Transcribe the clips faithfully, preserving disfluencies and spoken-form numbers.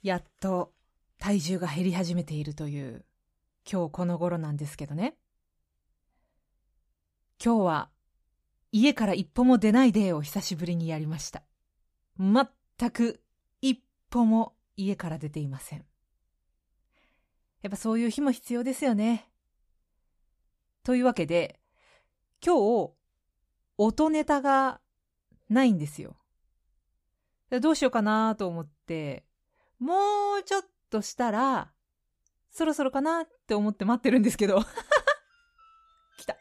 やっと体重が減り始めているという今日この頃なんですけどね。今日は家から一歩も出ないデーを久しぶりにやりました。全く一歩も家から出ていません。やっぱそういう日も必要ですよね。というわけで今日音ネタがないんですよ。どうしようかなと思ってもうちょっとしたらそろそろかなって思って待ってるんですけど来た。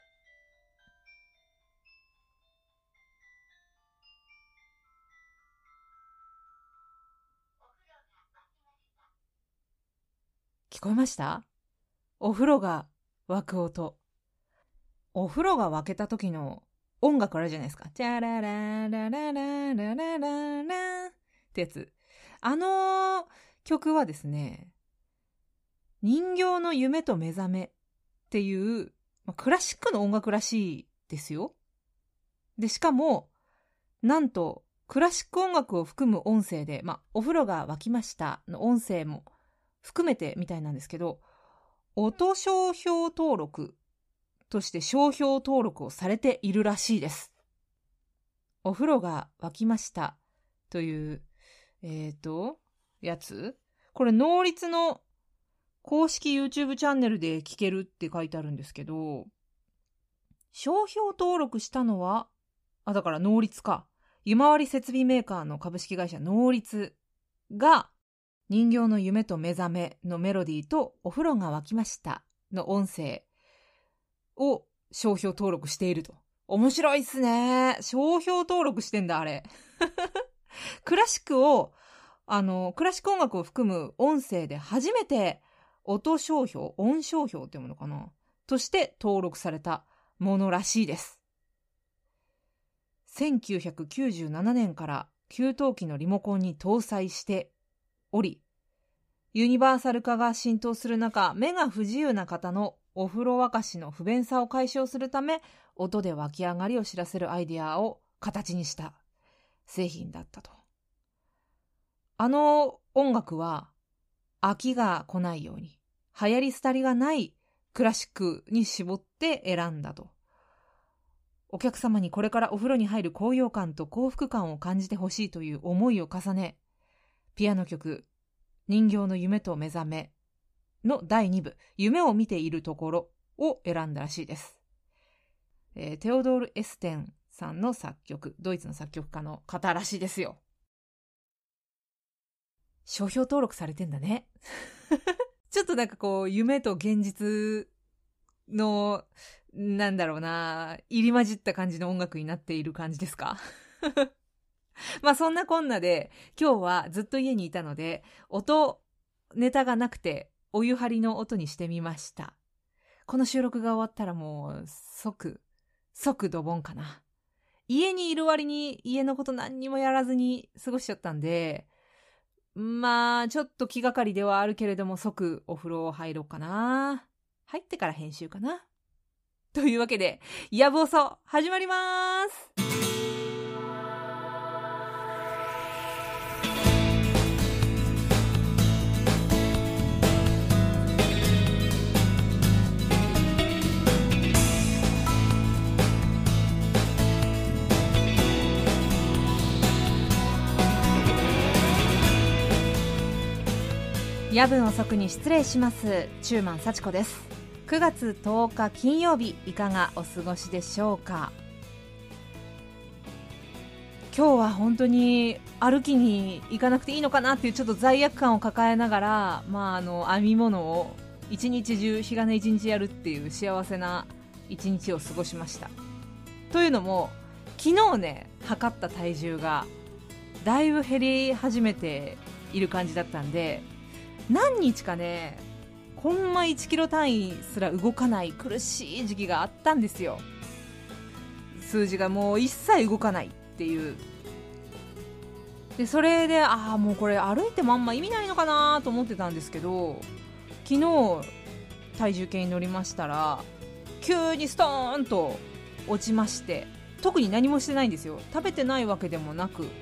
聞こえました？お風呂が沸く音。お風呂が沸けた時の音楽あるじゃないですか。チャラララララララララってやつ。あの曲はですね、人形の夢と目覚めっていう、まあ、クラシックの音楽らしいですよ。で、しかもなんとクラシック音楽を含む音声で、まあ、お風呂が沸きましたの音声も含めてみたいなんですけど、音商標登録として商標登録をされているらしいです。お風呂が沸きましたというえっとやつ、これ能率の公式 YouTube チャンネルで聞けるって書いてあるんですけど、商標登録したのはあだから能率か、湯回り設備メーカーの株式会社能率が人形の夢と目覚めのメロディーとお風呂が沸きましたの音声を商標登録していると。面白いっすね。商標登録してんだあれクラシックをあのクラシック音楽を含む音声で初めて音商標、音商標っていうものかなとして登録されたものらしいです。せんきゅうひゃくきゅうじゅうななねんから給湯器のリモコンに搭載しており、ユニバーサル化が浸透する中、目が不自由な方のお風呂沸かしの不便さを解消するため、音で湧き上がりを知らせるアイデアを形にした製品だったと。あの音楽は飽きが来ないように、流行り廃りがないクラシックに絞って選んだと。お客様にこれからお風呂に入る高揚感と幸福感を感じてほしいという思いを重ね、ピアノ曲人形の夢と目覚めのだいにぶ、夢を見ているところを選んだらしいです。えー、テオドール・エステンさんの作曲、ドイツの作曲家の方らしいですよ。商標登録されてんだねちょっとなんかこう夢と現実のなんだろうな、入り混じった感じの音楽になっている感じですかまあそんなこんなで今日はずっと家にいたので音ネタがなくてお湯張りの音にしてみました。この収録が終わったらもう即即ドボンかな。家にいる割に家のこと何にもやらずに過ごしちゃったんで、まあちょっと気がかりではあるけれども即お風呂入ろうかな。入ってから編集かな。というわけでやぶおそ始まります。夜分遅くに失礼します。中満幸子です。くがつとおか金曜日、いかがお過ごしでしょうか。今日は本当に歩きに行かなくていいのかなっていうちょっと罪悪感を抱えながら、まあ、あの編み物を一日中日がね一日やるっていう幸せな一日を過ごしました。というのも昨日ね測った体重がだいぶ減り始めている感じだったんで、何日かねほんまいちキロ単位すら動かない苦しい時期があったんですよ。数字がもう一切動かないっていう。でそれでああもうこれ歩いてもあんま意味ないのかなと思ってたんですけど、昨日体重計に乗りましたら急にストーンと落ちまして、特に何もしてないんですよ。食べてないわけでもなく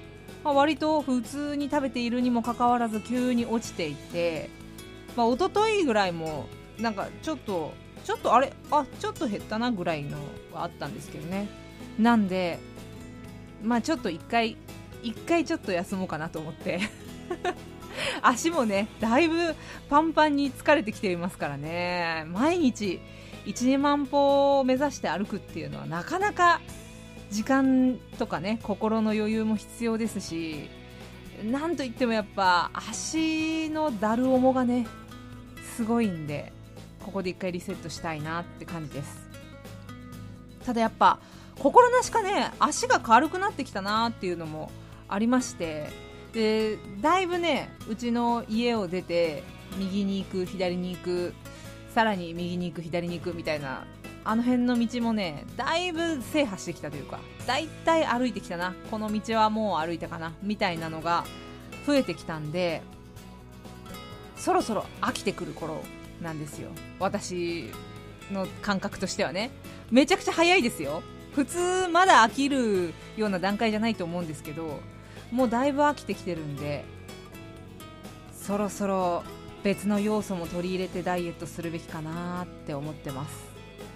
まあ、割と普通に食べているにもかかわらず急に落ちていて、まあ、一昨日ぐらいもなんかちょっとちょっとあれあちょっと減ったなぐらいのはあったんですけどね。なんでまあちょっと一回一回ちょっと休もうかなと思って足もねだいぶパンパンに疲れてきていますからね。毎日 いちにまん歩を目指して歩くっていうのはなかなか時間とかね心の余裕も必要ですし、なんといってもやっぱ足のだるおもがねすごいんで、ここで一回リセットしたいなって感じです。ただやっぱ心なしかね足が軽くなってきたなっていうのもありまして、でだいぶねうちの家を出て右に行く左に行くさらに右に行く左に行くみたいなあの辺の道もねだいぶ制覇してきたというか、だいたい歩いてきたな、この道はもう歩いたかなみたいなのが増えてきたんで、そろそろ飽きてくる頃なんですよ。私の感覚としてはねめちゃくちゃ早いですよ。普通まだ飽きるような段階じゃないと思うんですけど、もうだいぶ飽きてきてるんで、そろそろ別の要素も取り入れてダイエットするべきかなって思ってます。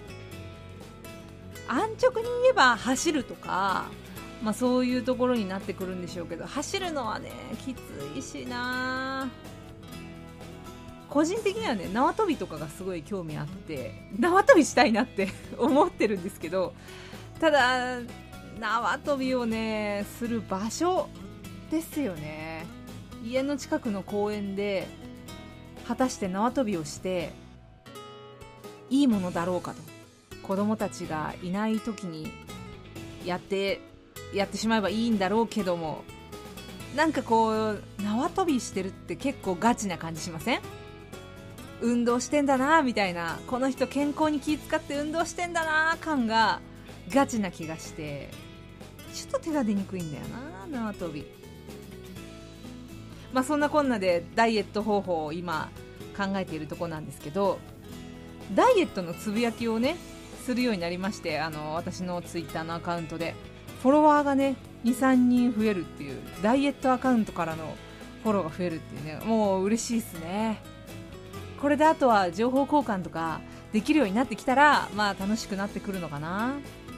安直に言えば走るとか、まあ、そういうところになってくるんでしょうけど、走るのはねきついしな。個人的にはね縄跳びとかがすごい興味あって縄跳びしたいなって思ってるんですけど、ただ縄跳びをねする場所ですよね。家の近くの公園で果たして縄跳びをしていいものだろうかと、子供たちがいない時にやってやってしまえばいいんだろうけども、なんかこう縄跳びしてるって結構ガチな感じしません？運動してんだなみたいな、この人健康に気遣って運動してんだな感がガチな気がして、ちょっと手が出にくいんだよな縄跳び。まあそんなこんなでダイエット方法を今考えているところなんですけど、ダイエットのつぶやきをねするようになりまして、あの私のツイッターのアカウントでフォロワーがね にさんにん増えるっていう、ダイエットアカウントからのフォローが増えるっていうね、もう嬉しいですね。これであとは情報交換とかできるようになってきたら、まあ楽しくなってくるのかな。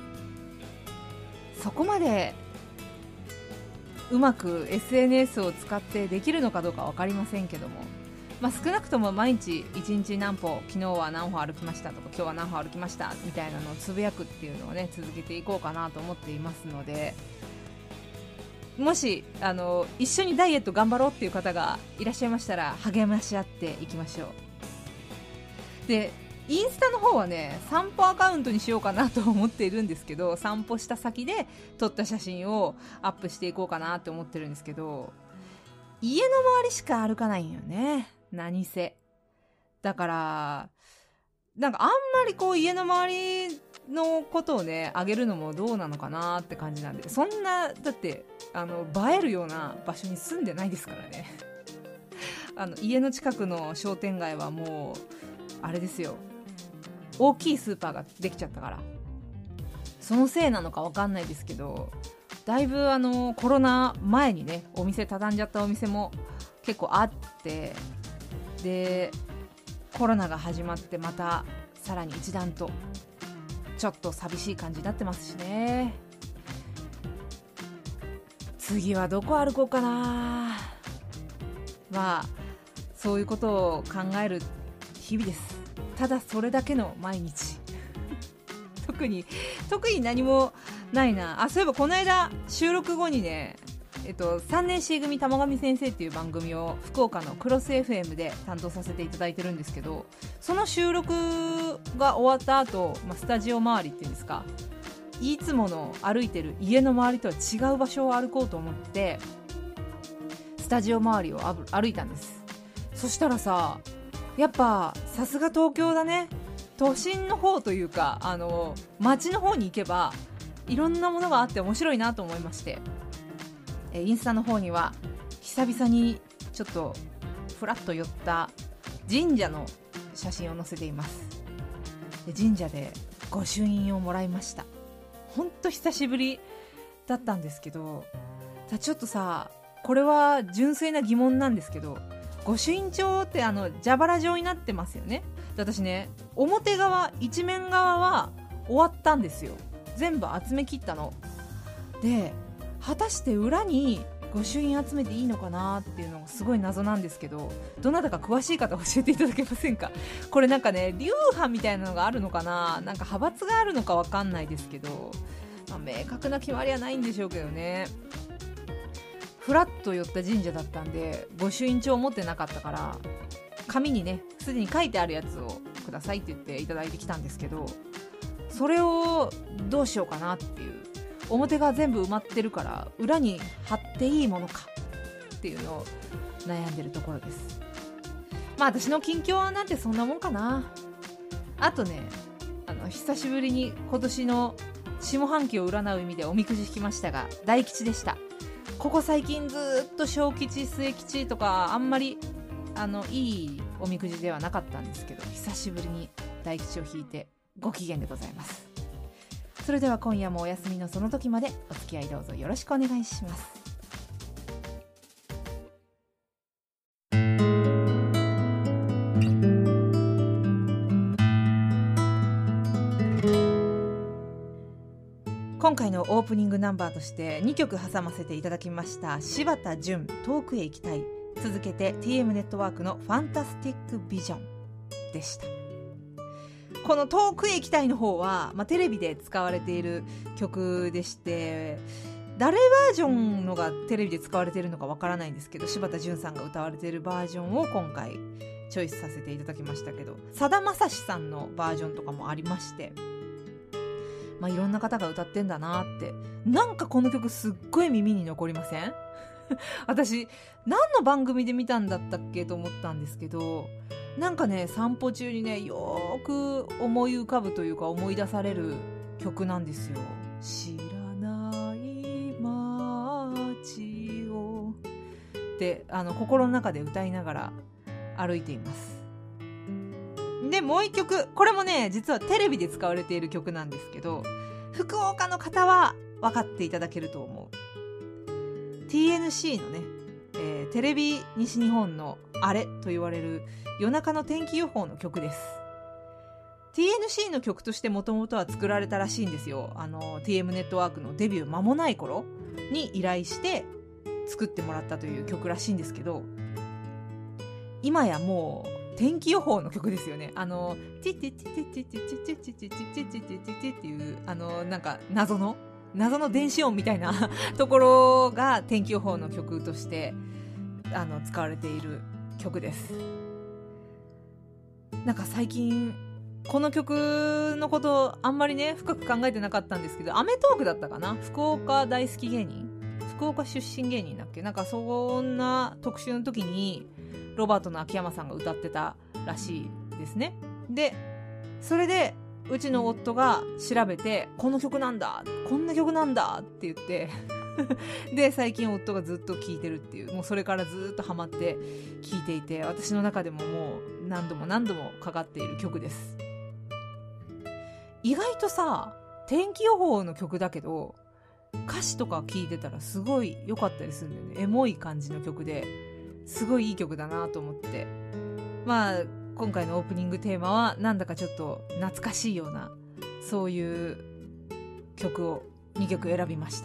そこまでうまく エスエヌエス を使ってできるのかどうか分かりませんけども、まあ、少なくとも毎日いちにち何歩、昨日は何歩歩きましたとか今日は何歩歩きましたみたいなのをつぶやくっていうのをね続けていこうかなと思っていますので、もしあの一緒にダイエット頑張ろうっていう方がいらっしゃいましたら励まし合っていきましょう。でインスタの方はね散歩アカウントにしようかなと思っているんですけど、散歩した先で撮った写真をアップしていこうかなって思ってるんですけど、家の周りしか歩かないんよね何せ。だからなんかあんまりこう家の周りのことをね上げるのもどうなのかなって感じなんで、そんなだってあの映えるような場所に住んでないですからねあの家の近くの商店街はもうあれですよ、大きいスーパーができちゃったから、そのせいなのか分かんないですけど、だいぶあのコロナ前にねお店畳んじゃったお店も結構あって、でコロナが始まってまたさらに一段とちょっと寂しい感じになってますしね。次はどこ歩こうかな。まあそういうことを考える日々です。ただそれだけの毎日特に特に何もないなあ。そういえばこの間収録後にね、えっと、さんねん C 組玉上先生っていう番組を福岡のクロス エフエム で担当させていただいてるんですけど、その収録が終わった後、まあ、スタジオ周りっていうんですか、いつもの歩いてる家の周りとは違う場所を歩こうと思ってスタジオ周りを歩いたんです。そしたらさ、やっぱさすが東京だね。都心の方というかあの街の方に行けばいろんなものがあって面白いなと思いまして、えインスタの方には久々にちょっとフラッと寄った神社の写真を載せています。で神社で御朱印をもらいました。ほんと久しぶりだったんですけど、 だちょっとさ、これは純粋な疑問なんですけど、御朱印帳ってあの蛇腹状になってますよね。で私ね、表側一面側は終わったんですよ。全部集め切ったので、果たして裏に御朱印集めていいのかなっていうのがすごい謎なんですけど、どなたか詳しい方教えていただけませんか。これなんかね、流派みたいなのがあるのかな、なんか派閥があるのかわかんないですけど、まあ、明確な決まりはないんでしょうけどね。フラッと寄った神社だったんで御朱印帳を持ってなかったから、紙にねすでに書いてあるやつをくださいって言っていただいてきたんですけど、それをどうしようかなっていう、表が全部埋まってるから裏に貼っていいものかっていうのを悩んでるところです。まあ私の近況なんてそんなもんかな。あとね、あの久しぶりに今年の下半期を占う意味でおみくじ引きましたが、大吉でした。ここ最近ずっと小吉末吉とかあんまりあのいいおみくじではなかったんですけど、久しぶりに大吉を引いてご機嫌でございます。それでは今夜もお休みのその時までお付き合いどうぞよろしくお願いします。今回のオープニングナンバーとしてにきょく挟ませていただきました柴田純遠くへ行きたい、続けて ティーエム ネットワークのファンタスティックビジョンでした。この遠くへ行きたいの方は、まあ、テレビで使われている曲でして、誰バージョンのがテレビで使われているのかわからないんですけど、柴田純さんが歌われているバージョンを今回チョイスさせていただきましたけど、さだまさしさんのバージョンとかもありまして、まあ、いろんな方が歌ってんだなって。なんかこの曲すっごい耳に残りません？私何の番組で見たんだったっけと思ったんですけど、なんかね散歩中にねよーく思い浮かぶというか思い出される曲なんですよ。知らない街をってあの心の中で歌いながら歩いています。でもう一曲、これもね実はテレビで使われている曲なんですけど、福岡の方は分かっていただけると思う。 ティーエヌシー のね、えー、テレビ西日本のあれと言われる夜中の天気予報の曲です。 ティーエヌシー の曲としてもともとは作られたらしいんですよ。あの ティーエム ネットワークのデビュー間もない頃に依頼して作ってもらったという曲らしいんですけど、今やもう天気予報の曲ですよね。あのチッチッチッチッチッチッチッチッチッチッチッチッチッチッチッチッチッっていうあのなんか謎の謎の電子音みたいなところが天気予報の曲としてあの使われている曲です。なんか最近この曲のことあんまりね深く考えてなかったんですけど、アメトークだったかな、福岡大好き芸人、福岡出身芸人だっけ、なんかそんな特集の時にロバートの秋山さんが歌ってたらしいですね。でそれでうちの夫が調べて、この曲なんだ、こんな曲なんだって言ってで最近夫がずっと聴いてるっていう、もうそれからずっとハマって聴いていて、私の中でももう何度も何度もかかっている曲です。意外とさ天気予報の曲だけど歌詞とか聴いてたらすごい良かったりするんだよね。エモい感じの曲ですごいいい曲だなと思って、まあ今回のオープニングテーマはなんだかちょっと懐かしいようなそういう曲をにきょく選びました。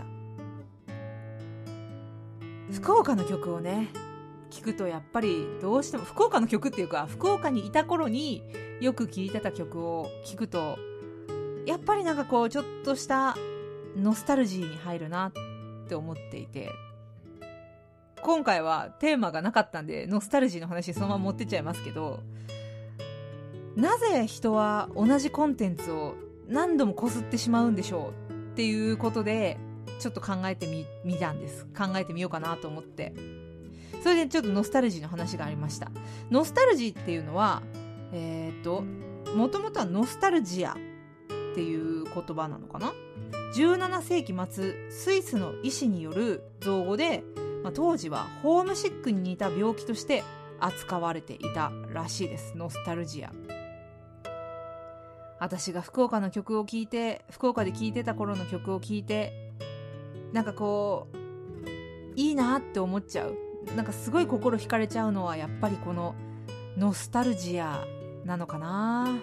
福岡の曲をね聞くとやっぱりどうしても福岡の曲っていうか福岡にいた頃によく聴いてた曲を聞くとやっぱりなんかこうちょっとしたノスタルジーに入るなって思っていて、今回はテーマがなかったんでノスタルジーの話そのまま持ってっちゃいますけど、なぜ人は同じコンテンツを何度もこすってしまうんでしょうっていうことでちょっと考えてみ、みたんです。考えてみようかなと思って、それでちょっとノスタルジーの話がありました。ノスタルジーっていうのはえー、っともともとはノスタルジアっていう言葉なのかな。じゅうななせいき末スイスの医師による造語で、まあ、当時はホームシックに似た病気として扱われていたらしいです。ノスタルジア。私が福岡の曲を聴いて福岡で聴いてた頃の曲を聴いてなんかこういいなって思っちゃう。なんかすごい心惹かれちゃうのはやっぱりこのノスタルジアなのかな。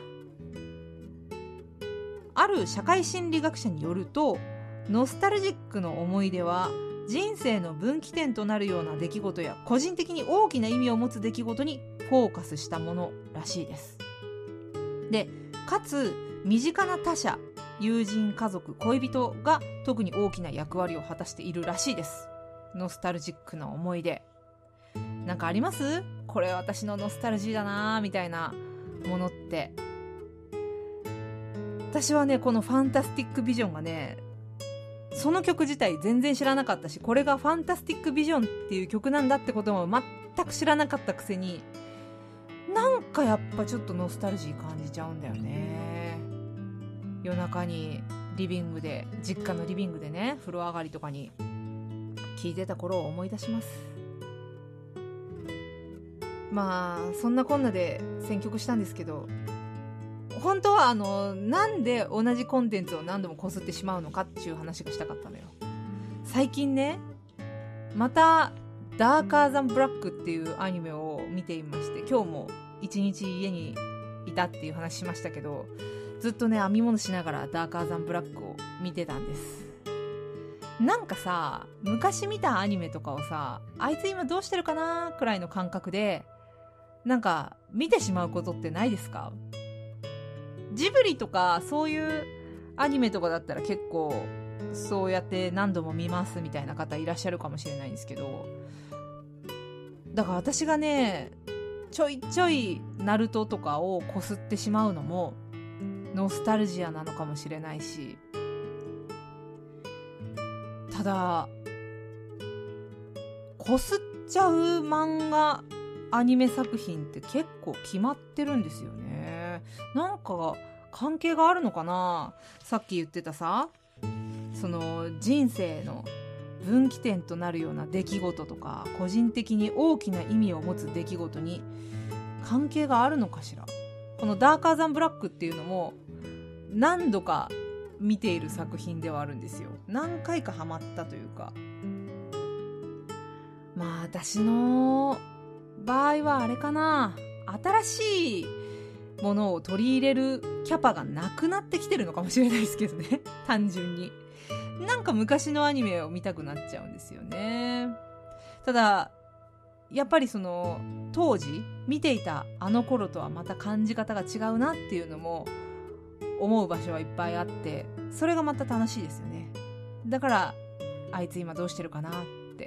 ある社会心理学者によると、ノスタルジックの思い出は人生の分岐点となるような出来事や個人的に大きな意味を持つ出来事にフォーカスしたものらしいです。で、かつ身近な他者、友人、家族、恋人が特に大きな役割を果たしているらしいです。ノスタルジックな思い出なんかあります？これ私のノスタルジーだなみたいなものって。私はね、このファンタスティックビジョンがね、その曲自体全然知らなかったし、これがファンタスティックビジョンっていう曲なんだってことも全く知らなかったくせに、なんかやっぱちょっとノスタルジー感じちゃうんだよね。夜中にリビングで、実家のリビングでね、風呂上がりとかに聴いてた頃を思い出します。まあそんなこんなで選曲したんですけど、本当はあのなんで同じコンテンツを何度もこすってしまうのかっていう話がしたかったのよ。最近ね、またダーカーザンブラックっていうアニメを見ていまして、今日も一日家にいたっていう話しましたけど、ずっとね編み物しながらダーカーザンブラックを見てたんです。なんかさ、昔見たアニメとかをさ、あいつ今どうしてるかなくらいの感覚でなんか見てしまうことってないですか？ジブリとかそういうアニメとかだったら結構そうやって何度も見ますみたいな方いらっしゃるかもしれないんですけど、だから私がねちょいちょいナルトとかをこすってしまうのもノスタルジアなのかもしれないし、ただこすっちゃう漫画アニメ作品って結構決まってるんですよね。なんか関係があるのかな。さっき言ってたさ、その人生の分岐点となるような出来事とか、個人的に大きな意味を持つ出来事に関係があるのかしら。このダーカーザンブラックっていうのも何度か見ている作品ではあるんですよ。何回かハマったというか、まあ私の場合はあれかな、新しいものを取り入れるキャパがなくなってきてるのかもしれないですけどね。単純になんか昔のアニメを見たくなっちゃうんですよね。ただやっぱりその当時見ていたあの頃とはまた感じ方が違うなっていうのも思う場所はいっぱいあって、それがまた楽しいですよね。だからあいつ今どうしてるかなって、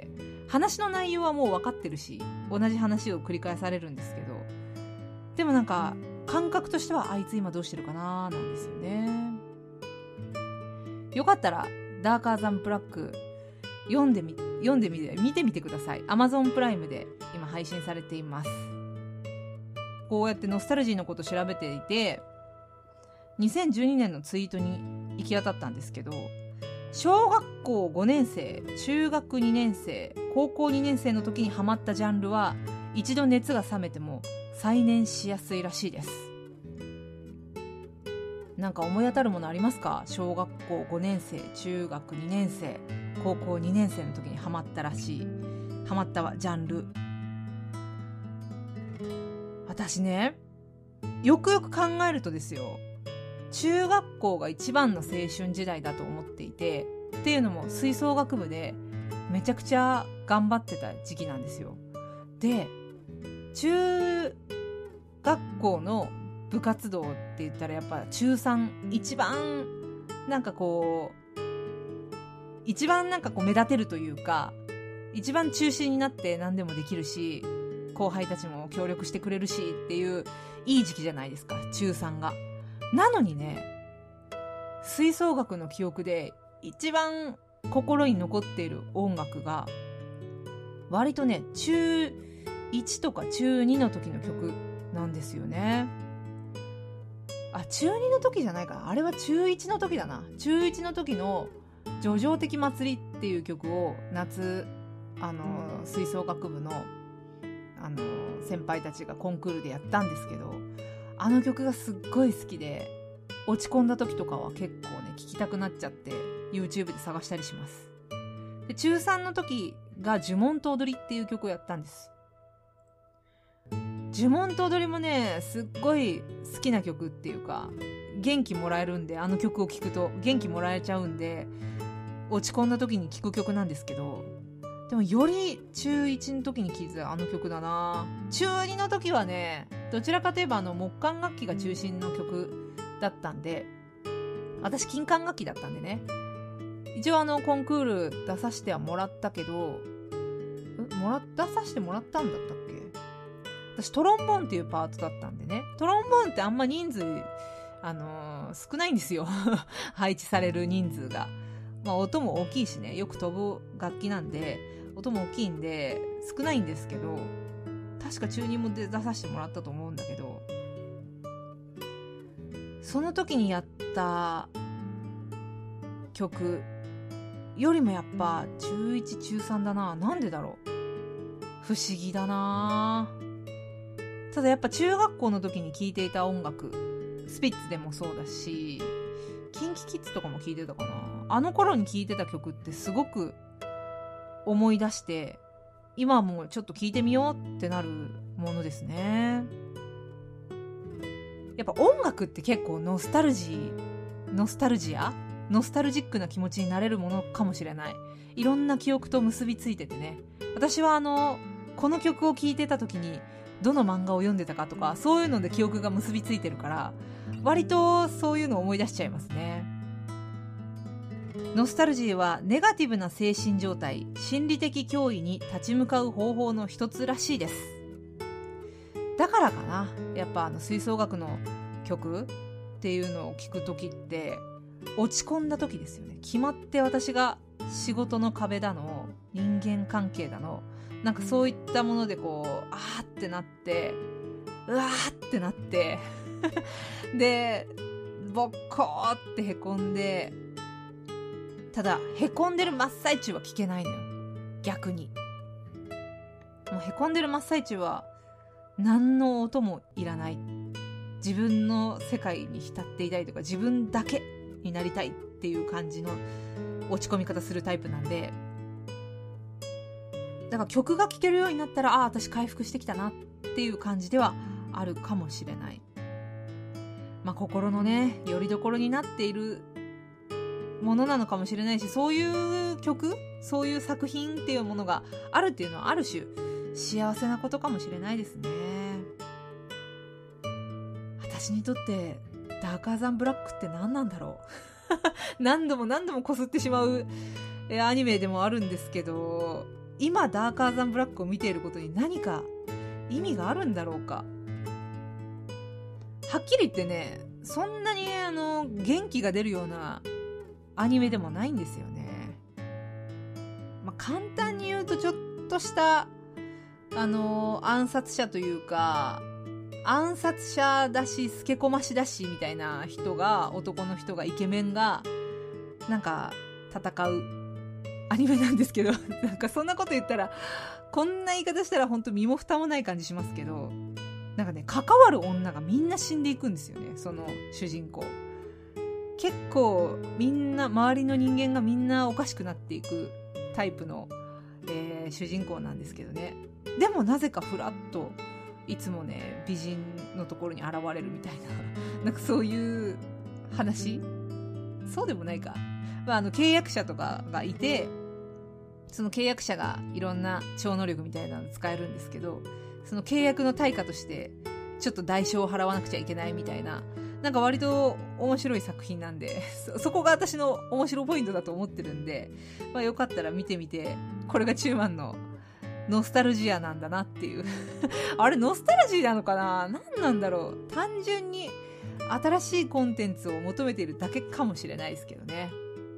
話の内容はもう分かってるし同じ話を繰り返されるんですけど、でもなんか感覚としてはあいつ今どうしてるかななんですよね。よかったらダーカーザンブラック読んでみ読んでみて見てみてください。 Amazon プライムで今配信されています。こうやってノスタルジーのこと調べていて、にせんじゅうにねんのツイートに行き当たったんですけど、小学校ごねん生、中学にねん生、高校にねん生の時にハマったジャンルは一度熱が冷めても再燃しやすいらしいです。なんか思い当たるものありますか？小学校ごねん生、中学にねん生、高校にねん生の時にハマったらしいハマったジャンル。私ね、よくよく考えるとですよ、中学校が一番の青春時代だと思っていて、っていうのも吹奏楽部でめちゃくちゃ頑張ってた時期なんですよ。で、中学校の部活動って言ったらやっぱ中さん、一番なんかこう一番なんかこう目立てるというか、一番中心になって何でもできるし、後輩たちも協力してくれるしっていういい時期じゃないですか、中さんが。なのにね、吹奏楽の記憶で一番心に残っている音楽が割とね、中いちとか中にの時の曲なんですよね。あ、中にの時じゃないかな、あれは中いちの時だな。中いちの時の叙情的祭りっていう曲を夏、あの吹奏楽部のあの先輩たちがコンクールでやったんですけど、あの曲がすっごい好きで、落ち込んだ時とかは結構ね聴きたくなっちゃって YouTube で探したりします。で、中さんの時が呪文と踊りっていう曲をやったんです。呪文と踊りもね、すっごい好きな曲っていうか、元気もらえるんで、あの曲を聴くと元気もらえちゃうんで、落ち込んだ時に聴く曲なんですけど、でもより中いちの時に聴いてたあの曲だな。中にの時はね、どちらかといえばあの木管楽器が中心の曲だったんで、私金管楽器だったんでね、一応あのコンクール出させてはもらったけど、もら出させてもらったんだったっけ。私トロンボーンっていうパートだったんでね、トロンボーンってあんま人数あのー、少ないんですよ配置される人数が。まあ音も大きいしね、よく飛ぶ楽器なんで音も大きいんで少ないんですけど、確か中にも出させてもらったと思うんだけど、その時にやった曲よりもやっぱ中いち中さんだな。なんでだろう、不思議だな。ただやっぱ中学校の時に聴いていた音楽、スピッツでもそうだし、キンキキッズとかも聴いてたかな。あの頃に聴いてた曲ってすごく思い出して、今もちょっと聴いてみようってなるものですね。やっぱ音楽って結構ノスタルジー、ノスタルジアノスタルジックな気持ちになれるものかもしれない。いろんな記憶と結びついててね。私はあのこの曲を聴いてた時にどの漫画を読んでたかとか、そういうので記憶が結びついてるから、割とそういうのを思い出しちゃいますね。ノスタルジーはネガティブな精神状態、心理的脅威に立ち向かう方法の一つらしいです。だからかな、やっぱあの吹奏楽の曲っていうのを聞く時って落ち込んだ時ですよね。決まって私が仕事の壁だの、人間関係だの、なんかそういったものでこうあーってなって、うわーってなってでボッコーってへこんで、ただへこんでる真っ最中は聞けないのよ。逆にもうへこんでる真っ最中は何の音もいらない、自分の世界に浸っていたいとか、自分だけになりたいっていう感じの落ち込み方するタイプなんで、だから曲が聴けるようになったら、ああ私回復してきたなっていう感じではあるかもしれない。まあ心のね拠り所になっているものなのかもしれないし、そういう曲、そういう作品っていうものがあるっていうのはある種幸せなことかもしれないですね。私にとってダーカーザンブラックって何なんだろう何度も何度もこすってしまうアニメでもあるんですけど、今ダーカーザンブラックを見ていることに何か意味があるんだろうか。はっきり言ってね、そんなにあの元気が出るようなアニメでもないんですよね。まあ、簡単に言うとちょっとしたあの暗殺者というか、暗殺者だしスケコマしだしみたいな人が、男の人が、イケメンがなんか戦うアニメなんですけどなんかそんなこと言ったら、こんな言い方したら本当身も蓋もない感じしますけど、なんかね、関わる女がみんな死んでいくんですよね。その主人公結構みんな、周りの人間がみんなおかしくなっていくタイプの、えー、主人公なんですけどね。でもなぜかフラッといつもね美人のところに現れるみたいななんかそういう話、そうでもないか、まあ、あの契約者とかがいて、その契約者がいろんな超能力みたいなの使えるんですけど、その契約の対価としてちょっと代償を払わなくちゃいけないみたいな、なんか割と面白い作品なんで、 そ, そこが私の面白ポイントだと思ってるんで、まあ、よかったら見てみて、これが中マンのノスタルジアなんだなっていうあれノスタルジーなのかな、何なんだろう、単純に新しいコンテンツを求めているだけかもしれないですけどね。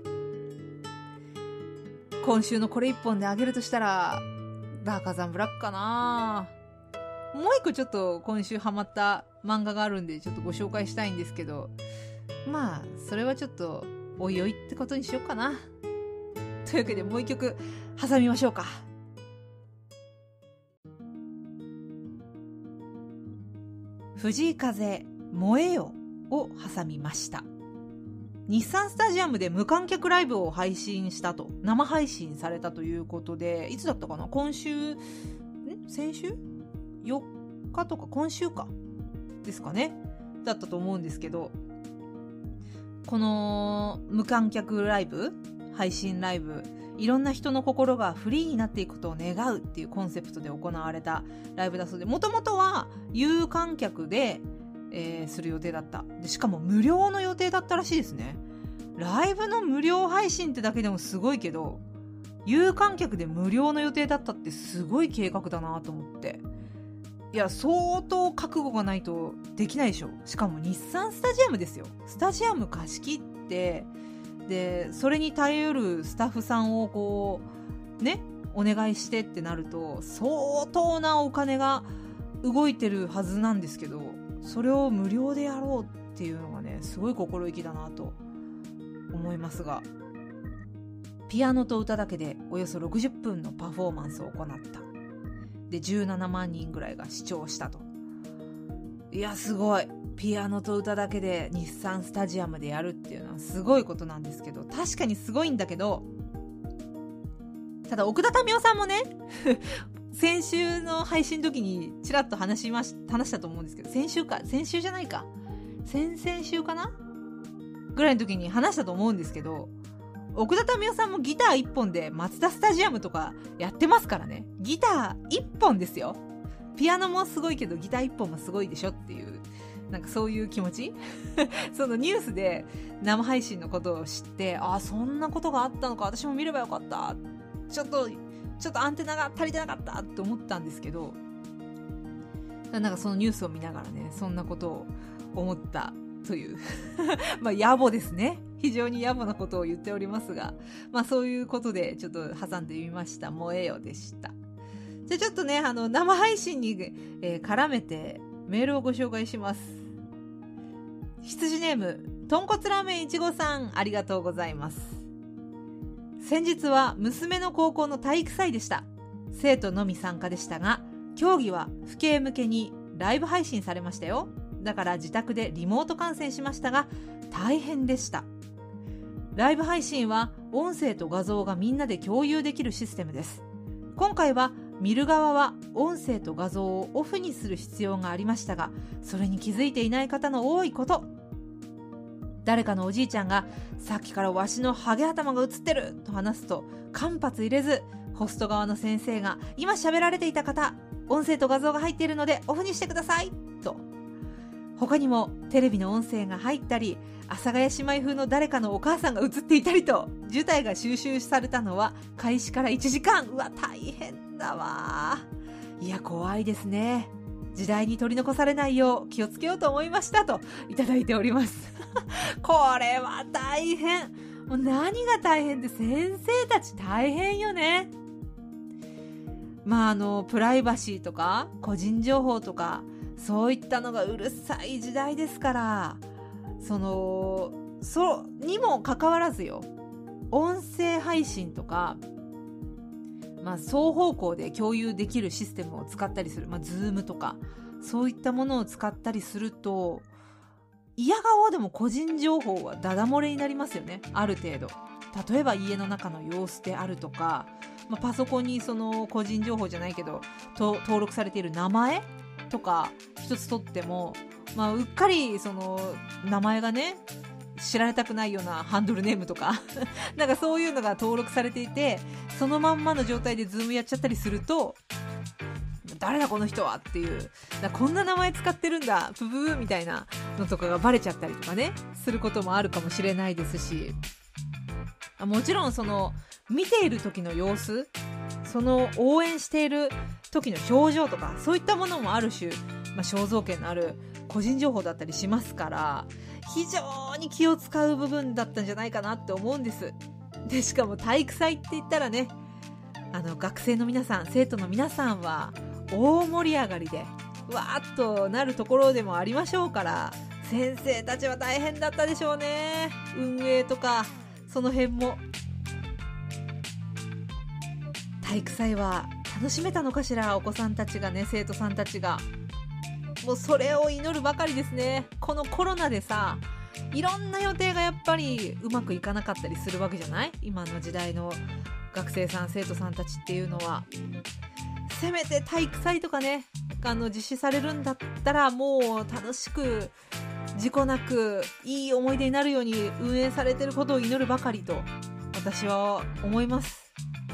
今週のこれ一本であげるとしたらダーカーザンブラックかな。もう一個ちょっと今週ハマった漫画があるんで、ちょっとご紹介したいんですけど、まあそれはちょっとおいおいってことにしようかな。というわけでもう一曲挟みましょうか。藤井風燃えよを挟みました。 日産スタジアムで無観客ライブを配信したと、生配信されたということで、いつだったかな、今週ん先週よっかとか今週かですかね、だったと思うんですけど、この無観客ライブ、配信ライブ、いろんな人の心がフリーになっていくことを願うっていうコンセプトで行われたライブだそうで、もともとは有観客で、えー、する予定だった。でしかも無料の予定だったらしいですね。ライブの無料配信ってだけでもすごいけど、有観客で無料の予定だったってすごい計画だなと思って、いや相当覚悟がないとできないでしょ。しかも日産スタジアムですよ。スタジアム貸し切って、でそれに頼るスタッフさんをこうねお願いしてってなると相当なお金が動いてるはずなんですけど、それを無料でやろうっていうのがねすごい心意気だなと思いますが、ピアノと歌だけでおよそろくじゅっぷんのパフォーマンスを行った。でじゅうななまんにんぐらいが視聴したと。いやすごい、ピアノと歌だけで日産スタジアムでやるっていうのはすごいことなんですけど、確かにすごいんだけど、ただ奥田民生さんもね先週の配信の時にちらっと話しまし話したと思うんですけど、先週か先週じゃないか先々週かなぐらいの時に話したと思うんですけど、奥田民生さんもギターいっぽんでマツダスタジアムとかやってますからね。ギターいっぽんですよ。ピアノもすごいけどギターいっぽんもすごいでしょっていう、なんかそういう気持ちそのニュースで生配信のことを知って、ああそんなことがあったのか、私も見ればよかった、ちょっとちょっとアンテナが足りてなかったって思ったんですけど、なんかそのニュースを見ながらねそんなことを思ったというまあ野暮ですね。非常に野暮なことを言っておりますが、まあそういうことでちょっと挟んでみました。萌えよでした。じゃあちょっとねあの生配信に、えー、絡めてメールをご紹介します。羊ネームとんこつラーメンいちごさん、ありがとうございます。先日は娘の高校の体育祭でした。生徒のみ参加でしたが、競技は父兄向けにライブ配信されましたよ。だから自宅でリモート観戦しましたが大変でした。ライブ配信は音声と画像がみんなで共有できるシステムです。今回は見る側は音声と画像をオフにする必要がありましたが、それに気づいていない方の多いこと。誰かのおじいちゃんがさっきからわしのハゲ頭が映ってると話すと間髪入れず、ホスト側の先生が今喋られていた方、音声と画像が入っているのでオフにしてくださいと。他にもテレビの音声が入ったり、阿佐ヶ谷姉妹風の誰かのお母さんが映っていたりと、受胎が収集されたのは開始からいちじかん。うわ大変だわ。いや怖いですね。時代に取り残されないよう気をつけようと思いましたといただいておりますこれは大変。もう何が大変って先生たち大変よね。まああのプライバシーとか個人情報とかそういったのがうるさい時代ですから、そのそにもかかわらずよ、音声配信とか、まあ、双方向で共有できるシステムを使ったりする、まあ、Zoom とかそういったものを使ったりすると、嫌顔でも個人情報はダダ漏れになりますよね。ある程度例えば家の中の様子であるとか、まあ、パソコンにその個人情報じゃないけどと登録されている名前とか一つ取っても、まあ、うっかりその名前がね知られたくないようなハンドルネームとかなんかそういうのが登録されていて、そのまんまの状態でズームやっちゃったりすると、誰だこの人はっていう、だこんな名前使ってるんだブブーみたいなのとかがバレちゃったりとかねすることもあるかもしれないですし、もちろんその見ている時の様子、その応援している時の表情とかそういったものもある種、まあ、肖像権のある個人情報だったりしますから、非常に気を使う部分だったんじゃないかなって思うんです。でしかも体育祭って言ったらね、あの学生の皆さん生徒の皆さんは大盛り上がりでわーっとなるところでもありましょうから、先生たちは大変だったでしょうね。運営とかその辺も。体育祭は楽しめたのかしら、お子さんたちがね、生徒さんたちが。もうそれを祈るばかりですね。このコロナでさ、 いろんな予定がやっぱりうまくいかなかったりするわけじゃない？今の時代の学生さん生徒さんたちっていうのは。せめて体育祭とかね、あの実施されるんだったらもう楽しく事故なくいい思い出になるように運営されてることを祈るばかりと私は思います。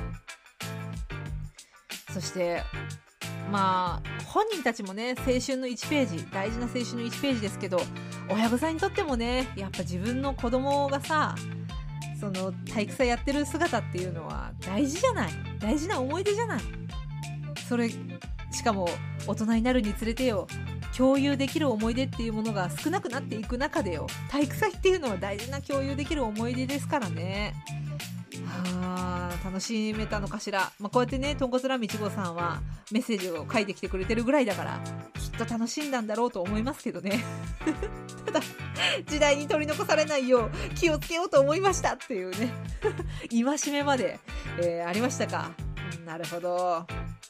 そしてまあ本人たちもね、青春のいちページ、大事な青春のいちページですけど、親御さんにとってもね、やっぱ自分の子供がさ、その体育祭やってる姿っていうのは大事じゃない？大事な思い出じゃない？それしかも大人になるにつれてよ、共有できる思い出っていうものが少なくなっていく中でよ、体育祭っていうのは大事な共有できる思い出ですからね。あー、楽しめたのかしら。まあ、こうやってね、とんこつラーメンいち号さんはメッセージを書いてきてくれてるぐらいだからきっと楽しんだんだろうと思いますけどねただ時代に取り残されないよう気をつけようと思いましたっていうね戒めまで、えー、ありましたか。なるほど。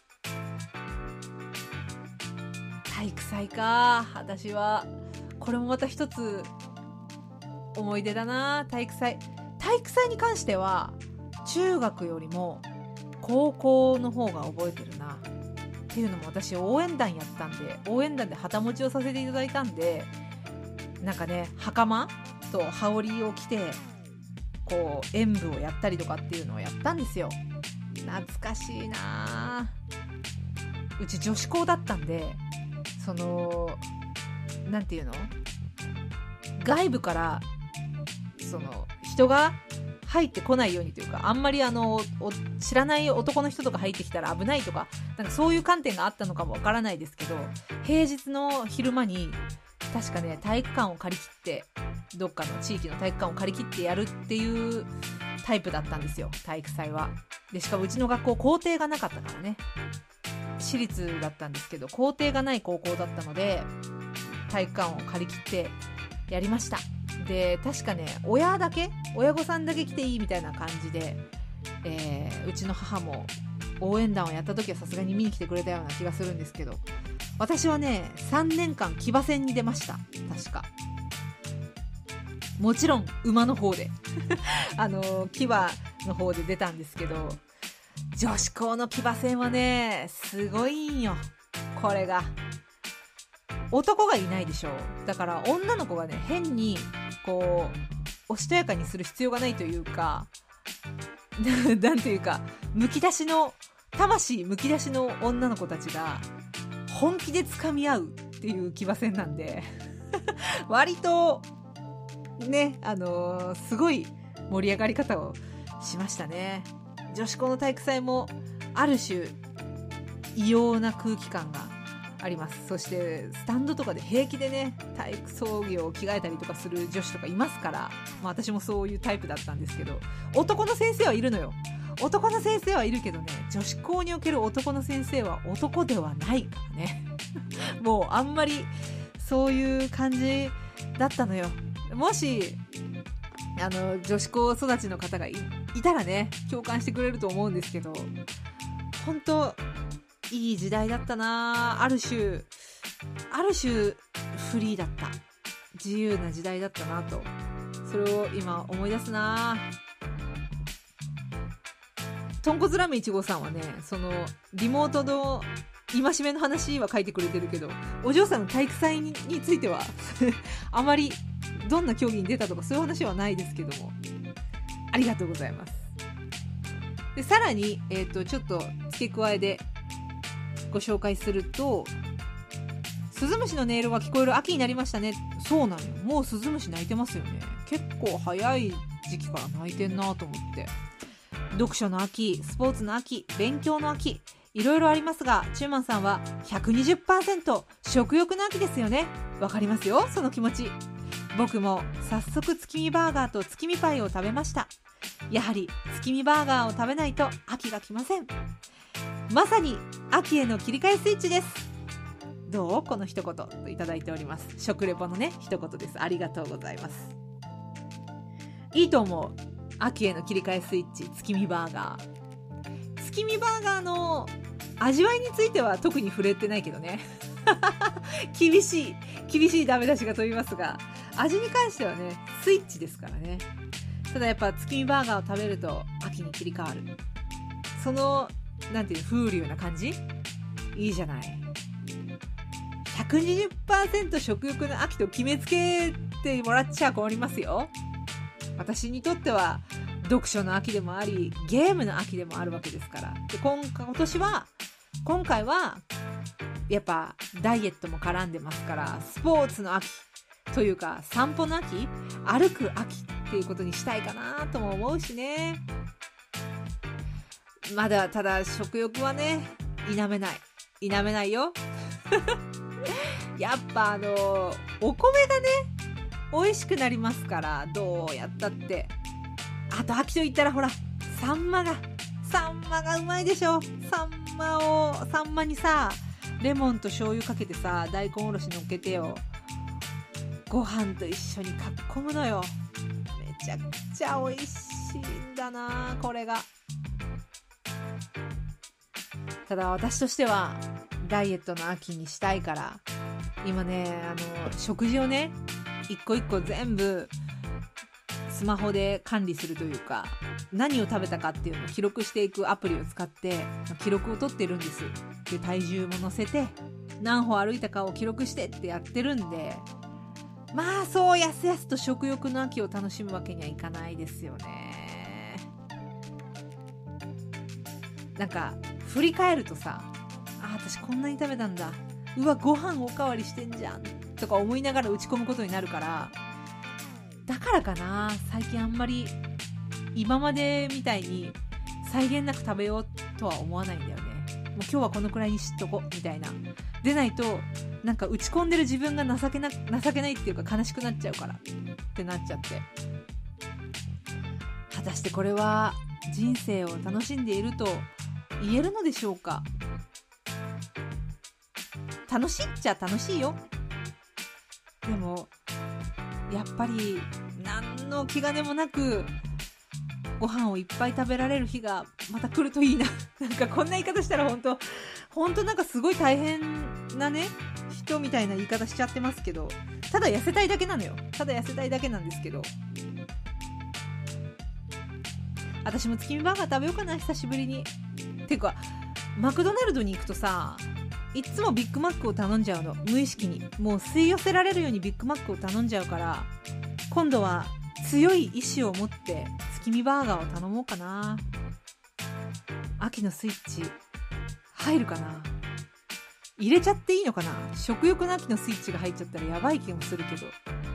体育祭か。私はこれもまた一つ思い出だな。体育祭体育祭に関しては中学よりも高校の方が覚えてるな。っていうのも私応援団やったんで、応援団で旗持ちをさせていただいたんで、なんかね、袴と羽織を着てこう演舞をやったりとかっていうのをやったんですよ。懐かしいな。うち女子校だったんで、そのなんていうの、外部からその人が入ってこないようにというか、あんまりあの知らない男の人とか入ってきたら危ないとか、なんかそういう観点があったのかもわからないですけど、平日の昼間に確かね、体育館を借り切って、どっかの地域の体育館を借り切ってやるっていうタイプだったんですよ、体育祭は。でしかもうちの学校校庭がなかったからね、私立だったんですけど校庭がない高校だったので体育館を借り切ってやりました。で確かね、親だけ親御さんだけ来ていいみたいな感じで、えー、うちの母も応援団をやった時はさすがに見に来てくれたような気がするんですけど、私はねさんねんかん騎馬戦に出ました。確かもちろん馬の方であの騎馬の方で出たんですけど、女子校の騎馬戦はねすごいんよ。これが男がいないでしょ。だから女の子がね変にこうおしとやかにする必要がないというかなんていうか、むき出しの魂むき出しの女の子たちが本気で掴み合うっていう騎馬戦なんで割とね、あのー、すごい盛り上がり方をしましたね。女子校の体育祭もある種異様な空気感があります。そしてスタンドとかで平気でね体育装備を着替えたりとかする女子とかいますから、まあ、私もそういうタイプだったんですけど、男の先生はいるのよ。男の先生はいるけどね、女子校における男の先生は男ではないからねもうあんまりそういう感じだったのよ。もしあの女子校育ちの方が い, いたらね共感してくれると思うんですけど、本当いい時代だったな。ある種ある種フリーだった、自由な時代だったなと、それを今思い出すな。とんこつラーメンいち号さんはね、そのリモートの戒めの話は書いてくれてるけど、お嬢さんの体育祭 に, についてはあまりどんな競技に出たとかそういう話はないですけども、ありがとうございます。でさらに、えーと、ちょっと付け加えでご紹介すると、スズムシの音色が聞こえる秋になりましたね。そうなのよ、もうスズムシ鳴いてますよね。結構早い時期から鳴いてんなと思って。読書の秋、スポーツの秋、勉強の秋、いろいろありますが、チューマンさんは ひゃくにじゅっパーセント 食欲の秋ですよね。わかりますよ、その気持ち。僕も早速月見バーガーと月見パイを食べました。やはり月見バーガーを食べないと秋が来ません。まさに秋への切り替えスイッチです。どうこの一言といただいております。食レポのね一言です。ありがとうございます。いいと思う。秋への切り替えスイッチ、月見バーガー。月見バーガーの味わいについては特に触れてないけどね厳しい厳しいダメ出しが飛びますが、 味に関してはねスイッチですからね。ただやっぱ月見バーガーを食べると秋に切り替わる、そのなんていう風流な感じいいじゃない。 ひゃくにじゅっパーセント 食欲の秋と決めつけてもらっちゃ困りますよ。私にとっては読書の秋でもありゲームの秋でもあるわけですから。で 今, 今年は今回はやっぱダイエットも絡んでますから、スポーツの秋というか散歩の秋、歩く秋っていうことにしたいかなとも思うしね。まだただ食欲はね否めない否めないよやっぱあのお米がね美味しくなりますから、どうやったって。あと秋と言ったらほらサンマがサンマがうまいでしょ。サンマをサンマにさレモンと醤油かけてさ大根おろし乗っけてよ、ご飯と一緒にかっこむのよ。めちゃくちゃ美味しいんだなこれが。ただ私としてはダイエットの秋にしたいから今ねあの食事をね一個一個全部スマホで管理するというか、何を食べたかっていうのを記録していくアプリを使って記録を取ってるんです。で体重も乗せて何歩歩いたかを記録してってやってるんで、まあそうやすやすと食欲の秋を楽しむわけにはいかないですよね。なんか振り返るとさ、あ私こんなに食べたんだ、うわご飯おかわりしてんじゃんとか思いながら打ち込むことになるから、だからかな最近あんまり今までみたいに際限なく食べようとは思わないんだよね。もう今日はこのくらいにしとこみたいな、でないとなんか打ち込んでる自分が情けな情けないっていうか悲しくなっちゃうからってなっちゃって、果たしてこれは人生を楽しんでいると言えるのでしょうか。楽しいっちゃ楽しいよ。でもやっぱり何の気兼ねもなくご飯をいっぱい食べられる日がまた来るといいななんかこんな言い方したら本当本当なんかすごい大変なね人みたいな言い方しちゃってますけど、ただ痩せたいだけなのよ。ただ痩せたいだけなんですけど、私も月見バーガー食べようかな久しぶりに。てかマクドナルドに行くとさ、いつもビッグマックを頼んじゃうの、無意識に。もう吸い寄せられるようにビッグマックを頼んじゃうから、今度は強い意志を持って月見バーガーを頼もうかな。秋のスイッチ入るかな。入れちゃっていいのかな。食欲の秋のスイッチが入っちゃったらやばい気もするけど。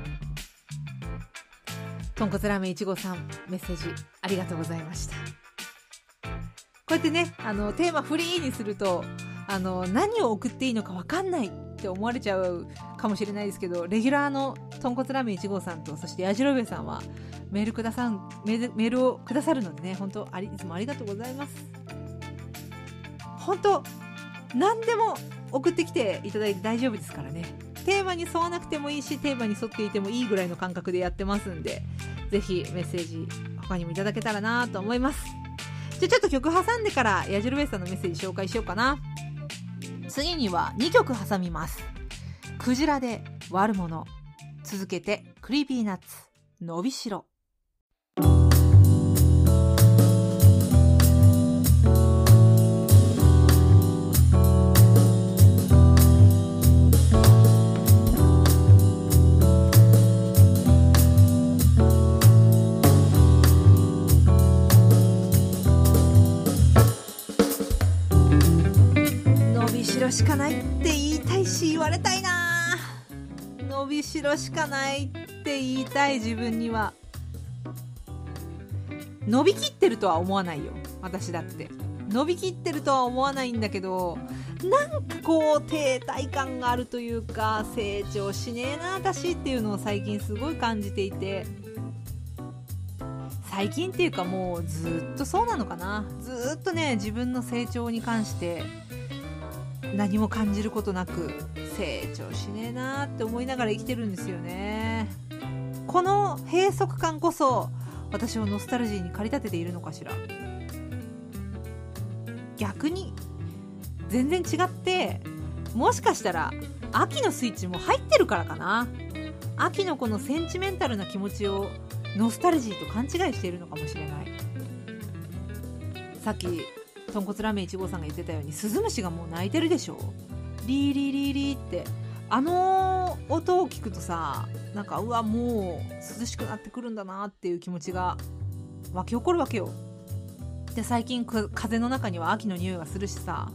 とんこつラーメンいちごさんメッセージありがとうございました。こうやってねあのテーマフリーにするとあの何を送っていいのか分かんないって思われちゃうかもしれないですけど、レギュラーのとんこつラーメンいちごさんとそしてやじろべえさんはメールくださんメール、メールをくださるのでね、本当ありいつもありがとうございます。本当何でも送ってきていただいて大丈夫ですからね。テーマに沿わなくてもいいしテーマに沿っていてもいいぐらいの感覚でやってますんで、ぜひメッセージ他にもいただけたらなと思います。じゃあちょっと曲挟んでからやじろべえさんのメッセージ紹介しようかな。次にはにきょく挟みます。クジラで割るもの、続けてクリーピーナッツのびしろ。しかないって言いたいし言われたいな。伸びしろしかないって言いたい自分には。伸びきってるとは思わないよ。私だって伸びきってるとは思わないんだけど、なんかこう停滞感があるというか、成長しねえな私っていうのを最近すごい感じていて、最近っていうかもうずっとそうなのかな。ずっとね自分の成長に関して何も感じることなく成長しねえなって思いながら生きてるんですよね。この閉塞感こそ私をノスタルジーに駆り立てているのかしら。逆に全然違って、もしかしたら秋のスイッチも入ってるからかな。 秋のこのセンチメンタルな気持ちをノスタルジーと勘違いしているのかもしれない。さっき豚骨ラーメンいち号さんが言ってたように、スズムシがもう鳴いてるでしょ。リーリーリーリーって、あの音を聞くとさ、なんかうわもう涼しくなってくるんだなっていう気持ちが湧き起こるわけよ。で最近風の中には秋の匂いがするしさ、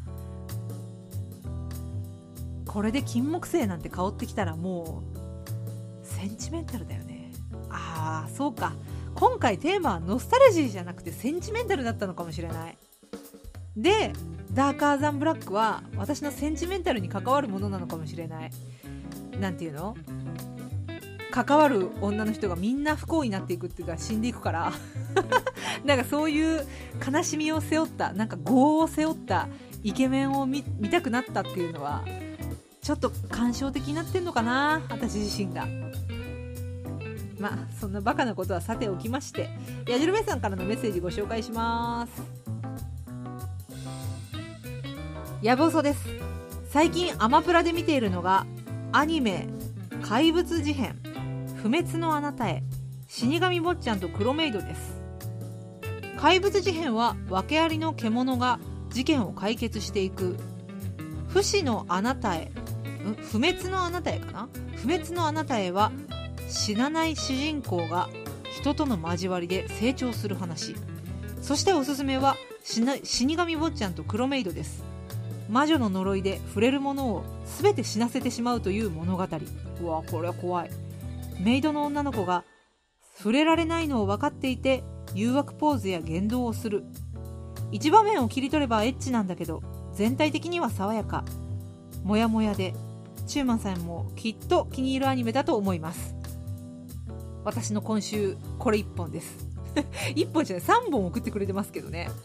これで金木犀なんて香ってきたらもうセンチメンタルだよね。ああそうか、今回テーマはノスタルジーじゃなくてセンチメンタルだったのかもしれない。でダーカーザンブラックは私のセンチメンタルに関わるものなのかもしれない。なんていうの、関わる女の人がみんな不幸になっていくっていうか死んでいくからなんかそういう悲しみを背負った、なんか業を背負ったイケメンを 見, 見たくなったっていうのはちょっと感傷的になってんのかな、私自身が。まあそんなバカなことはさておきまして、やじろべさんからのメッセージご紹介します。やぶおそです。最近アマプラで見ているのがアニメ怪物事変不滅のあなたへ死神坊ちゃんと黒メイドです。怪物事変は訳ありの獣が事件を解決していく。不死のあなたへ、不滅のあなたへかな不滅のあなたへは死なない主人公が人との交わりで成長する話。そしておすすめは死神坊ちゃんと黒メイドです。魔女の呪いで触れるものを全て死なせてしまうという物語。うわこれは怖い。メイドの女の子が触れられないのを分かっていて誘惑ポーズや言動をする。一場面を切り取ればエッチなんだけど全体的には爽やか、もやもやで、チューマンさんもきっと気に入るアニメだと思います。私の今週これいっぽんですいっぽんじゃないさんぼん送ってくれてますけどね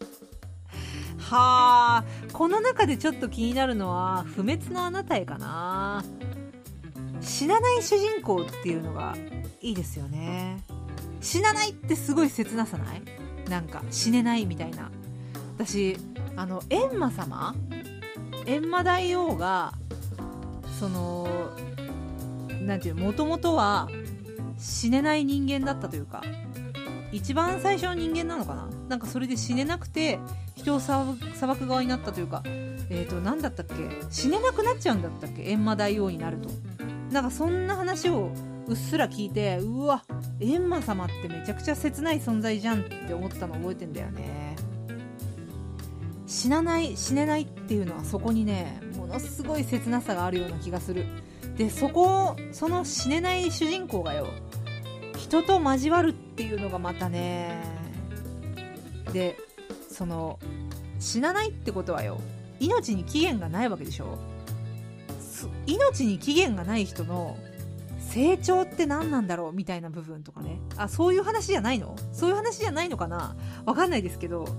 はあ、この中でちょっと気になるのは不滅のあなたへかな。死なない主人公っていうのがいいですよね。死なないってすごい切なさない？なんか死ねないみたいな。私あの閻魔様、閻魔大王がそのなんていう、もともとは死ねない人間だったというか、一番最初の人間なのかな、なんかそれで死ねなくて人を裁く側になったというか、えーと何だったっけ、死ねなくなっちゃうんだったっけ、閻魔大王になると。なんかそんな話をうっすら聞いて、うわ閻魔様ってめちゃくちゃ切ない存在じゃんって思ったの覚えてんだよね。死なない死ねないっていうのはそこにねものすごい切なさがあるような気がする。でそこその死ねない主人公がよ人と交わるっていうのがまたね、でその死なないってことはよ命に期限がないわけでしょ。命に期限がない人の成長って何なんだろうみたいな部分とかね、あそういう話じゃないのそういう話じゃないのかな、わかんないですけど、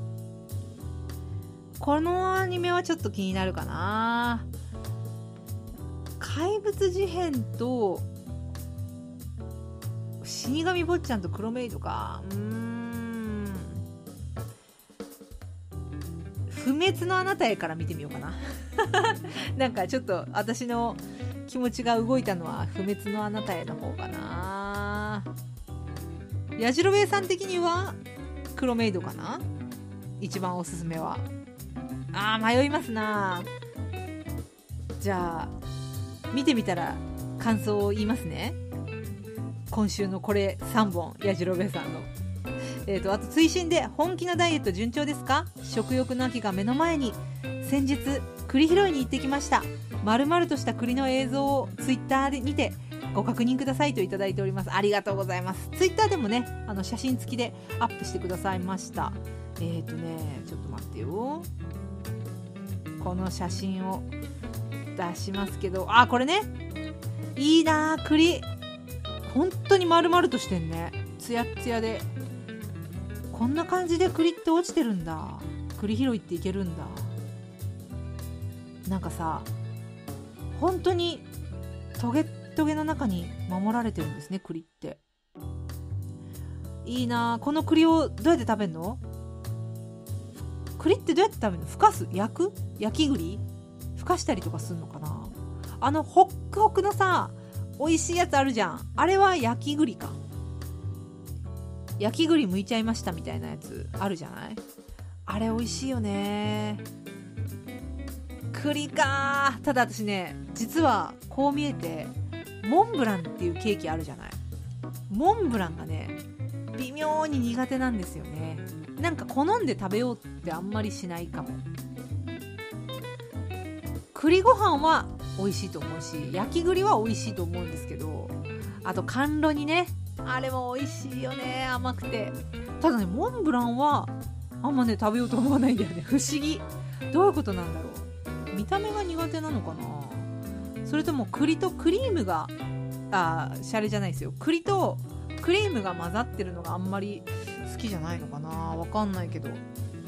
このアニメはちょっと気になるかな。怪物事変と死神坊ちゃんと黒メイドか、うーん不滅のあなたへから見てみようかななんかちょっと私の気持ちが動いたのは不滅のあなたへの方かな。やじろべえさん的には黒メイドかな、一番おすすめは。あー迷いますな。じゃあ見てみたら感想を言いますね。今週のこれさんぼん、やじろべえさんのえーとあと追伸で、本気のダイエット順調ですか？食欲の秋が目の前に。先日栗拾いに行ってきました。丸々とした栗の映像をツイッターで見てご確認くださいといただいております。ありがとうございます。ツイッターでもねあの写真付きでアップしてくださいました。えーとねちょっと待ってよ、この写真を出しますけど、あこれねいいな、栗本当に丸々としてんね、ツヤッツヤで。こんな感じで栗って落ちてるんだ、栗拾いっていけるんだ。なんかさ本当にトゲトゲの中に守られてるんですね、栗って。いいな。この栗をどうやって食べるの？栗ってどうやって食べるの？ふかす？焼く？焼き栗？ふかしたりとかするのかな。あのホックホクのさ美味しいやつあるじゃん。あれは焼き栗か。焼き栗剥いちゃいましたみたいなやつあるじゃない。あれ美味しいよね。栗か。ただ私ね、実はこう見えてモンブランっていうケーキあるじゃない。モンブランがね微妙に苦手なんですよね。なんか好んで食べようってあんまりしないかも。栗ご飯は美味しいと思うし、焼き栗は美味しいと思うんですけど、あと甘露煮ね、あれも美味しいよね、甘くて。ただね、モンブランはあんまね食べようと思わないんだよね。不思議。どういうことなんだろう。見た目が苦手なのかな、それとも栗とクリームがあシャレじゃないですよ、栗とクリームが混ざってるのがあんまり好きじゃないのかな、わかんないけど。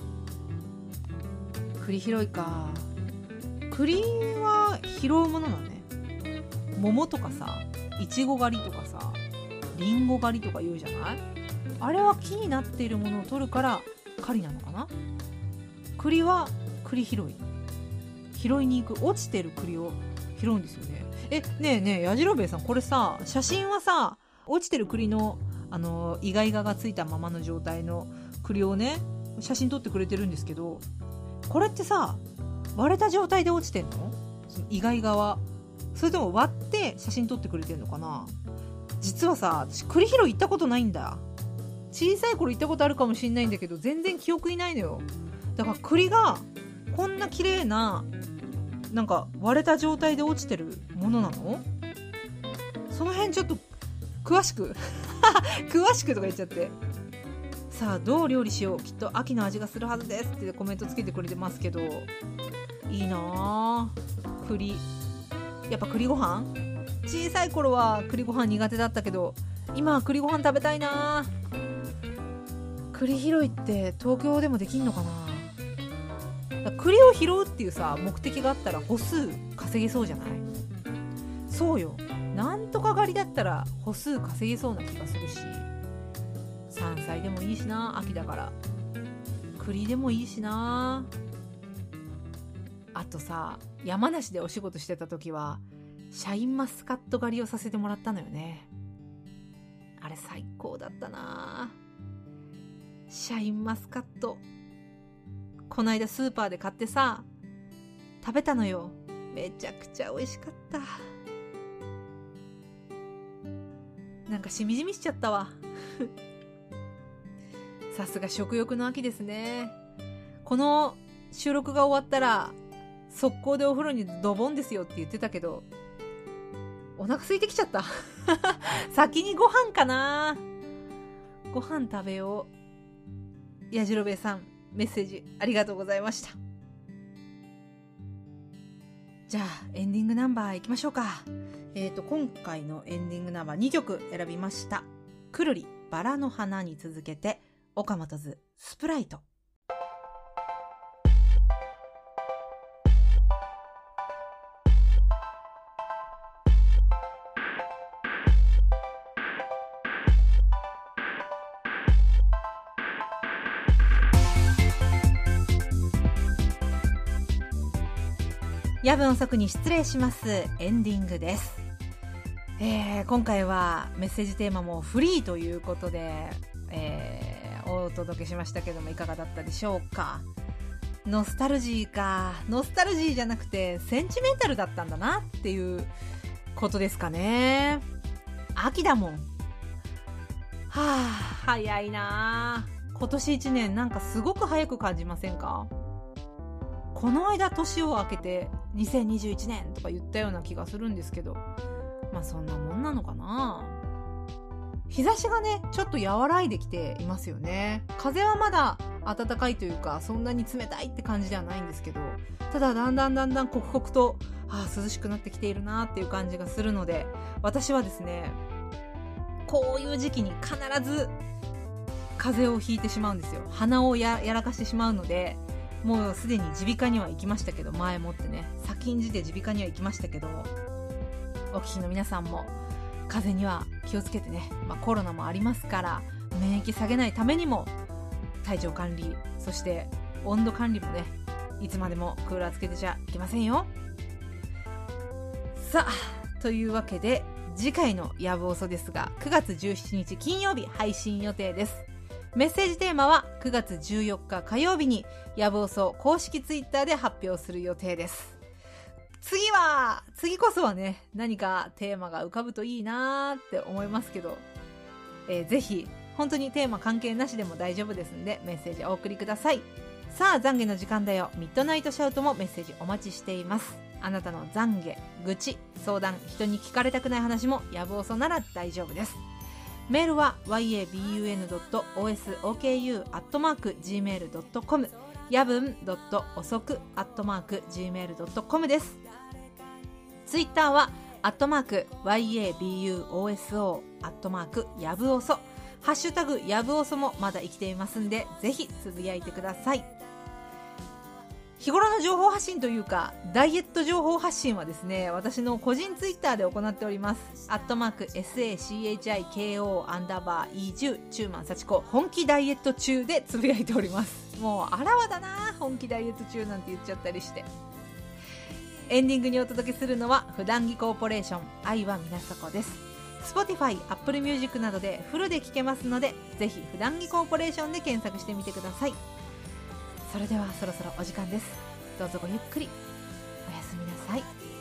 栗拾いか。栗は拾うものなのね。桃とかさ、いちご狩りとかさ、りんご狩りとか言うじゃない。あれは木になっているものを取るから狩りなのかな。栗は栗拾い、拾いに行く。落ちてる栗を拾うんですよね。え、ねえねえ、やじろべえさん、これさ、写真はさ、落ちてる栗のあのイガイガがついたままの状態の栗をね、写真撮ってくれてるんですけど、これってさ、割れた状態で落ちてんの？そのイガイガは。それとも割って写真撮ってくれてんのかな。実はさ、私栗拾い行ったことないんだ。小さい頃行ったことあるかもしんないんだけど、全然記憶いないのよ。だから栗がこんな綺麗な、なんか割れた状態で落ちてるものなの？その辺ちょっと詳しく詳しくとか言っちゃって。さあ、どう料理しよう、きっと秋の味がするはずですってコメントつけてくれてますけど、いいなぁ、栗。やっぱ栗ご飯、小さい頃は栗ご飯苦手だったけど、今は栗ご飯食べたいな。栗拾いって東京でもできんのかな。だ栗を拾うっていうさ、目的があったら歩数稼げそうじゃない。そうよ、なんとか狩りだったら歩数稼げそうな気がするし、山菜でもいいしな、秋だから。栗でもいいしな。あとさ、山梨でお仕事してた時はシャインマスカット狩りをさせてもらったのよね。あれ最高だったな。シャインマスカット、こないだスーパーで買ってさ、食べたのよ。めちゃくちゃ美味しかった。なんかしみじみしちゃったわさすが食欲の秋ですね。この収録が終わったら速攻でお風呂にドボンですよって言ってたけど、お腹空いてきちゃった先にご飯かな。ご飯食べよう。やじろべえさん、メッセージありがとうございました。じゃあエンディングナンバーいきましょうか。えーと今回のエンディングナンバーにきょく選びました。くるり、バラの花に続けて岡本図、スプライト。夜分遅くに失礼します。エンディングです。えー、今回はメッセージテーマもフリーということで、えー、お届けしましたけども、いかがだったでしょうか。ノスタルジーか。ノスタルジーじゃなくてセンチメンタルだったんだなっていうことですかね。秋だもん。はぁ、早いな。今年一年なんかすごく早く感じませんか。この間年を明けてにせんにじゅういちねんとか言ったような気がするんですけど、まあそんなもんなのかな。日差しがねちょっと和らいできていますよね。風はまだ暖かいというか、そんなに冷たいって感じではないんですけど、ただだんだんだんだん刻々と、ああ涼しくなってきているなっていう感じがするので、私はですね、こういう時期に必ず風邪をひいてしまうんですよ。鼻を や, やらかしてしまうので、もうすでに耳鼻科には行きましたけど、前もってね、先んじて耳鼻科には行きましたけど、お聞きの皆さんも風邪には気をつけてね、まあ、コロナもありますから、免疫下げないためにも体調管理、そして温度管理もね、いつまでもクーラーつけてちゃいけませんよ。さあ、というわけで次回のやぶおそですがくがつじゅうしちにち金曜日配信予定です。メッセージテーマはくがつじゅうよっか火曜日にやぶおそ公式ツイッターで発表する予定です。次は次こそはね、何かテーマが浮かぶといいなーって思いますけど、えー、ぜひ本当にテーマ関係なしでも大丈夫ですんでメッセージお送りください。さあ懺悔の時間だよ。ミッドナイトシャウトもメッセージお待ちしています。あなたの懺悔、愚痴、相談、人に聞かれたくない話もやぶおそなら大丈夫です。メールは ワイエービーユーエヌドットオーエスオーケーユーアットマークジーメールドットコム やぶん .遅く アットマーク ジーメールドットコム です。ツイッターはアットマーク ワイエービーユーオーエスオー アットマークやぶおそ、ハッシュタグやぶおそもまだ生きていますんで、ぜひつぶやいてください。日頃の情報発信というかダイエット情報発信はですね、私の個人ツイッターで行っております。アットマーク エスエーシーエイチアイケーオー アンダーバー イーじゅう 中満幸子本気ダイエット中でつぶやいております。もうあらわだな、本気ダイエット中なんて言っちゃったりして。エンディングにお届けするのは普段着コーポレーション愛はみなさこです。 Spotify、Apple Music などでフルで聴けますので、ぜひ普段着コーポレーションで検索してみてください。それではそろそろお時間です。どうぞごゆっくりおやすみなさい。